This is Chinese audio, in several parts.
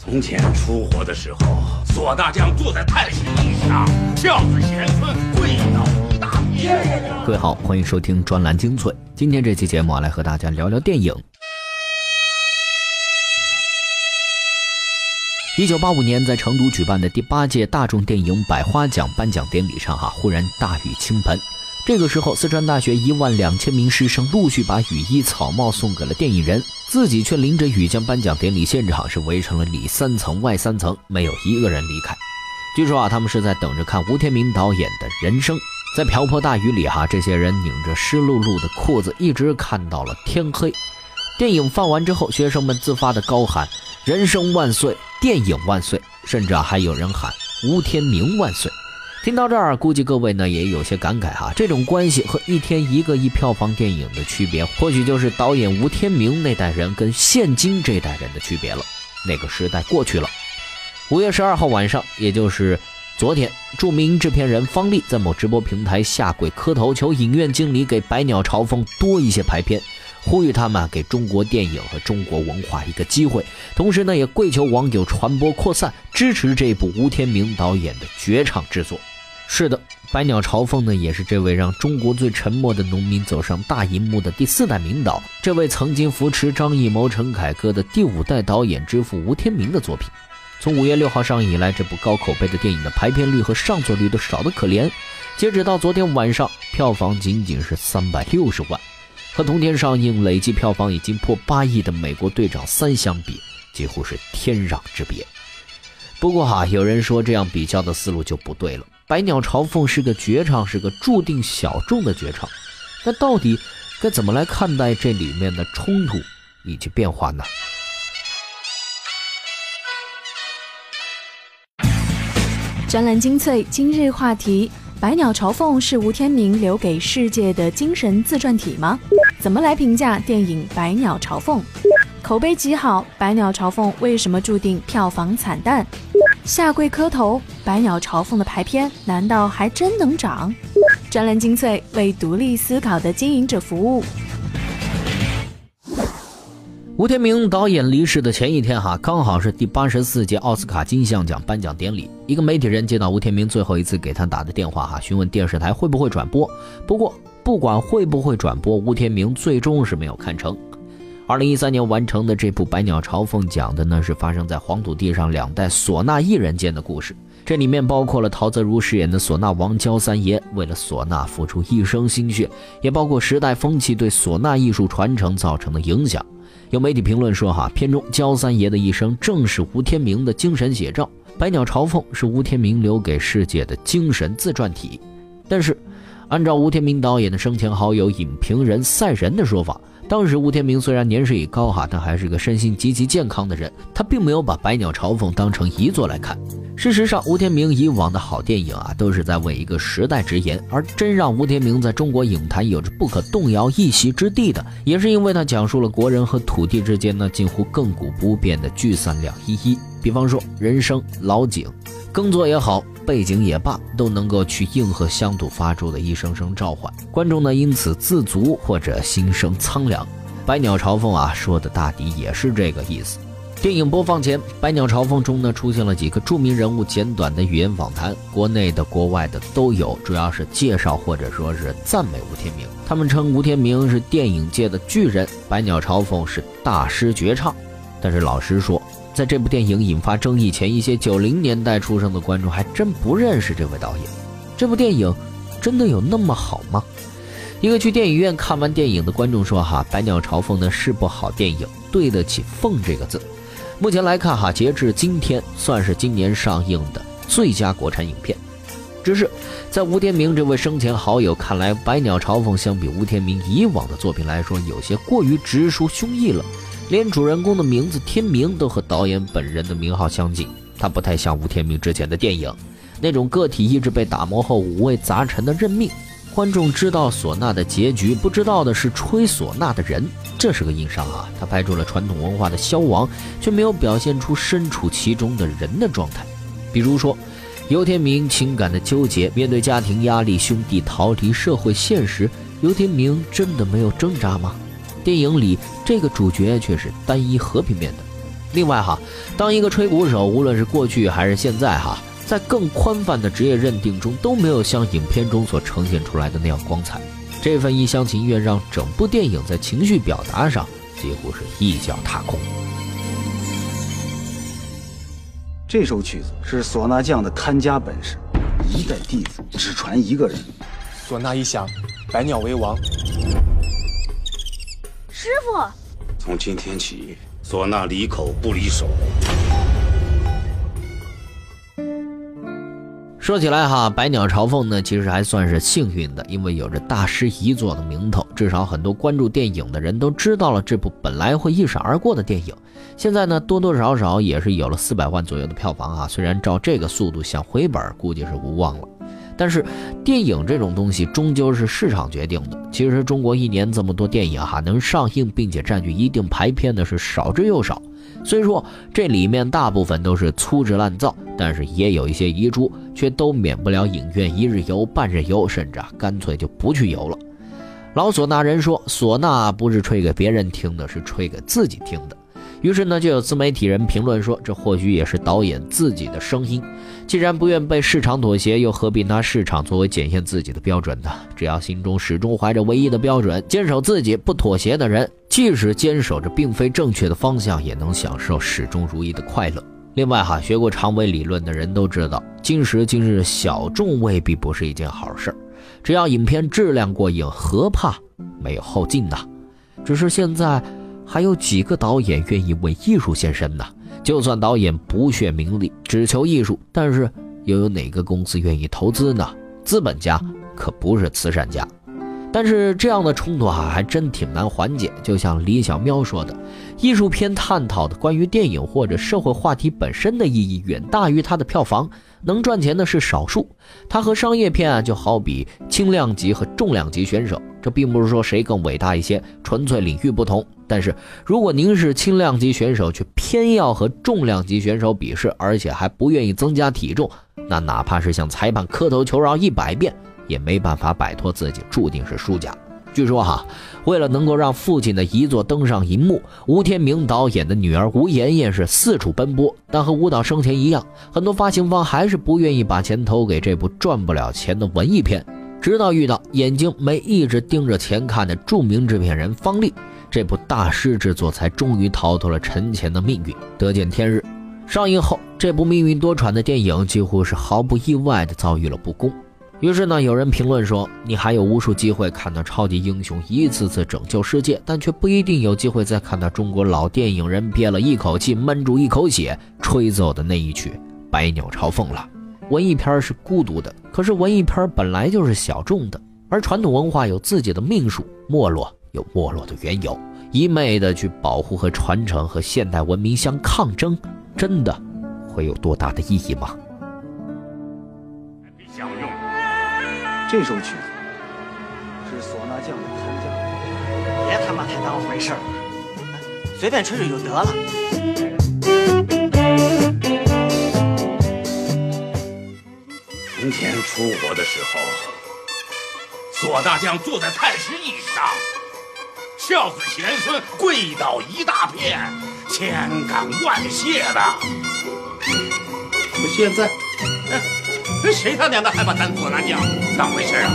从前出国的时候，索大将坐在太师椅上，孝子贤孙跪倒一大片。 各位好，欢迎收听专栏精粹。今天这期节目来和大家聊聊电影。1985年在成都举办的第8届大众电影百花奖颁奖典礼上忽然大雨倾盆。这个时候，四川大学12000名师生陆续把雨衣草帽送给了电影人，自己却淋着雨将颁奖典礼现场是围成了里3层外3层，没有一个人离开。据说他们是在等着看吴天明导演的人生。在瓢泼大雨里这些人拧着湿漉漉的裤子一直看到了天黑。电影放完之后，学生们自发的高喊人生万岁，电影万岁，甚至还有人喊吴天明万岁。听到这儿，估计各位呢也有些感慨这种关系和一天一个亿票房电影的区别，或许就是导演吴天明那代人跟现今这代人的区别了。那个时代过去了。5月12号晚上，也就是昨天，著名制片人方励在某直播平台下跪磕头，求影院经理给百鸟朝凤多一些排片，呼吁他们给中国电影和中国文化一个机会，同时呢也跪求网友传播扩散，支持这部吴天明导演的绝唱之作。是的，百鸟朝凤呢也是这位让中国最沉默的农民走上大荧幕的第4代名导，这位曾经扶持张艺谋、陈凯歌的第5代导演之父吴天明的作品。从5月6号上映以来，这部高口碑的电影的排片率和上座率都少得可怜。截止到昨天晚上，票房仅仅是360万，和同天上映累计票房已经破8亿的《美国队长3》相比，几乎是天壤之别。不过有人说这样比较的思路就不对了。百鸟朝凤是个绝唱，是个注定小众的绝唱，那到底该怎么来看待这里面的冲突以及变化呢？ 专栏精粹今日话题：百鸟朝凤是吴天明留给世界的精神自传体吗？怎么来评价电影《百鸟朝凤》？口碑极好，百鸟朝凤为什么注定票房惨淡？下跪磕头，百鸟朝凤的排片难道还真能涨？专栏精粹为独立思考的经营者服务。 吴天明导演离世的前一天刚好是第84届奥斯卡金像奖颁奖典礼。一个媒体人接到吴天明最后一次给他打的电话询问电视台会不会转播。不过不管会不会转播，吴天明最终是没有看成。2013年完成的这部《百鸟朝凤》讲的呢是发生在黄土地上2代唢呐艺人间的故事。这里面包括了陶泽如饰演的唢呐王焦三爷为了唢呐付出一生心血，也包括时代风气对唢呐艺术传承造成的影响。有媒体评论说片中焦三爷的一生正是吴天明的精神写照，百鸟朝凤是吴天明留给世界的精神自传体。但是按照吴天明导演的生前好友影评人赛人的说法，当时吴天明虽然年事已高但还是个身心极其健康的人，他并没有把百鸟朝凤当成遗作来看。事实上，吴天明以往的好电影都是在为一个时代直言，而真让吴天明在中国影坛有着不可动摇一席之地的，也是因为他讲述了国人和土地之间近乎亘古不变的聚散两依依。比方说人生、老井、耕作也好，背景也罢，都能够去应和乡土发出的一声声召唤，观众因此自足或者心生苍凉。百鸟朝凤说的大抵也是这个意思。电影播放前，百鸟朝凤中出现了几个著名人物简短的语言访谈，国内的国外的都有，主要是介绍或者说是赞美吴天明。他们称吴天明是电影界的巨人，百鸟朝凤是大师绝唱。但是老实说，在这部电影引发争议前，一些90年代出生的观众还真不认识这位导演。这部电影真的有那么好吗？一个去电影院看完电影的观众说百鸟朝凤呢是部好电影，对得起凤这个字。目前来看截至今天算是今年上映的最佳国产影片。只是在吴天明这位生前好友看来，百鸟朝凤相比吴天明以往的作品来说有些过于直抒胸臆了，连主人公的名字天明都和导演本人的名号相近，他不太像吴天明之前的电影那种个体意志被打磨后五味杂陈的认命。观众知道唢呐的结局，不知道的是吹唢呐的人，这是个硬伤他拍出了传统文化的消亡，却没有表现出身处其中的人的状态。比如说尤天明情感的纠结，面对家庭压力、兄弟逃离社会现实，尤天明真的没有挣扎吗？电影里这个主角却是单一和平面的。 另外哈，当一个吹鼓手，无论是过去还是现在哈，在更宽泛的职业认定中都没有像影片中所呈现出来的那样光彩。这份一厢情愿让整部电影在情绪表达上几乎是一脚踏空。 这首曲子是唢呐匠的看家本事，一代弟子只传一个人。 唢呐一响，百鸟为王。 师傅， 从今天起，唢呐离口不离手。 说起来哈，百鸟朝凤呢，其实还算是幸运的，因为有着大师遗作的名头，至少很多关注电影的人都知道了这部本来会一闪而过的电影。现在呢，多多少少也是有了400万左右的票房啊，虽然照这个速度想回本估计是无望了。但是电影这种东西终究是市场决定的，其实中国一年这么多电影哈，能上映并且占据一定排片的是少之又少。虽说这里面大部分都是粗制滥造，但是也有一些遗珠，却都免不了影院一日游、半日游，甚至干脆就不去游了。老唢呐人说，唢呐不是吹给别人听的，是吹给自己听的。于是呢，就有自媒体人评论说，这或许也是导演自己的声音。既然不愿被市场妥协，又何必拿市场作为检验自己的标准呢？只要心中始终怀着唯一的标准，坚守自己不妥协的人，即使坚守着并非正确的方向，也能享受始终如一的快乐。另外哈，学过长尾理论的人都知道，今时今日小众未必不是一件好事。只要影片质量过硬，何怕没有后劲呢？只是现在还有几个导演愿意为艺术献身呢？就算导演不屑名利，只求艺术，但是又有哪个公司愿意投资呢？资本家可不是慈善家。但是这样的冲突还真挺难缓解。就像李小喵说的，艺术片探讨的关于电影或者社会话题本身的意义远大于它的票房，能赚钱的是少数。它和商业片就好比轻量级和重量级选手，这并不是说谁更伟大一些，纯粹领域不同。但是如果您是轻量级选手却偏要和重量级选手比试，而且还不愿意增加体重，那哪怕是向裁判磕头求饶100遍，也没办法摆脱自己注定是输家。据说哈，为了能够让父亲的遗作登上银幕，吴天明导演的女儿吴妍妍是四处奔波，但和舞蹈生前一样，很多发行方还是不愿意把钱投给这部赚不了钱的文艺片。直到遇到眼睛没一直盯着钱看的著名制片人方励，这部大师之作才终于逃脱了沉潜的命运，得见天日。上映后，这部命运多舛的电影几乎是毫不意外地遭遇了不公。于是呢，有人评论说，你还有无数机会看到超级英雄一次次拯救世界，但却不一定有机会再看到中国老电影人憋了一口气闷住一口血吹奏的那一曲《百鸟朝凤》了。文艺片是孤独的，可是文艺片本来就是小众的，而传统文化有自己的命数，没落有没落的缘由，一昧的去保护和传承和现代文明相抗争，真的会有多大的意义吗？ 这首曲子是唢呐匠的看家。 别他妈太当回事儿了，随便吹吹就得了。 从前出国的时候，唢呐匠坐在太师椅上，孝子贤孙跪倒一大片，千感万谢的。可现在，谁他娘的还把咱唢呐匠当回事啊？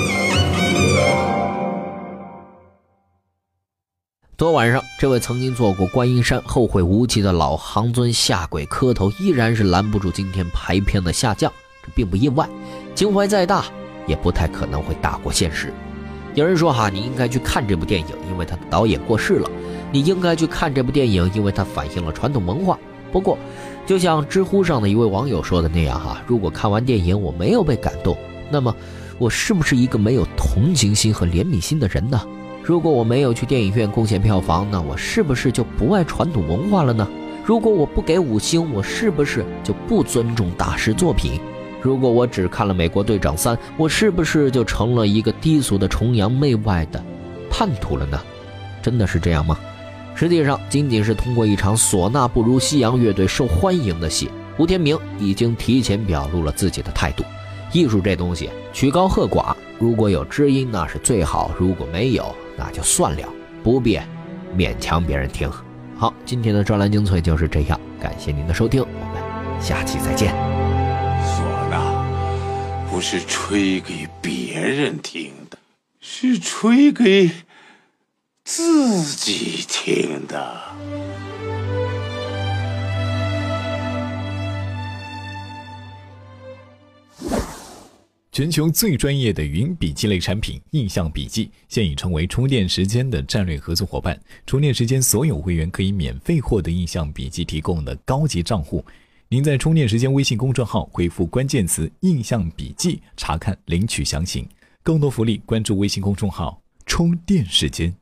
昨晚上，这位曾经做过观音山后会无期的老行尊下跪磕头，依然是拦不住今天排片的下降，这并不意外。情怀再大，也不太可能会大过现实。有人说你应该去看这部电影，因为他的导演过世了；你应该去看这部电影，因为它反映了传统文化。不过，就像知乎上的一位网友说的那样如果看完电影我没有被感动，那么我是不是一个没有同情心和怜悯心的人呢？如果我没有去电影院贡献票房，那我是不是就不爱传统文化了呢？如果我不给5星，我是不是就不尊重大师作品？如果我只看了《美国队长3》，我是不是就成了一个低俗的崇洋媚外的叛徒了呢？真的是这样吗？实际上，仅仅是通过一场唢呐不如西洋乐队受欢迎的戏，吴天明已经提前表露了自己的态度。艺术这东西，曲高和寡，如果有知音那是最好，如果没有那就算了，不必勉强别人听。 好，今天的专栏精粹就是这样，感谢您的收听，我们下期再见。 唢呐不是吹给别人听的，是吹给自己听的。 全球最专业的云笔记类产品印象笔记现已成为充电时间的战略合作伙伴。充电时间所有会员可以免费获得印象笔记提供的高级账户。您在充电时间微信公众号回复关键词印象笔记查看领取详情。更多福利关注微信公众号充电时间。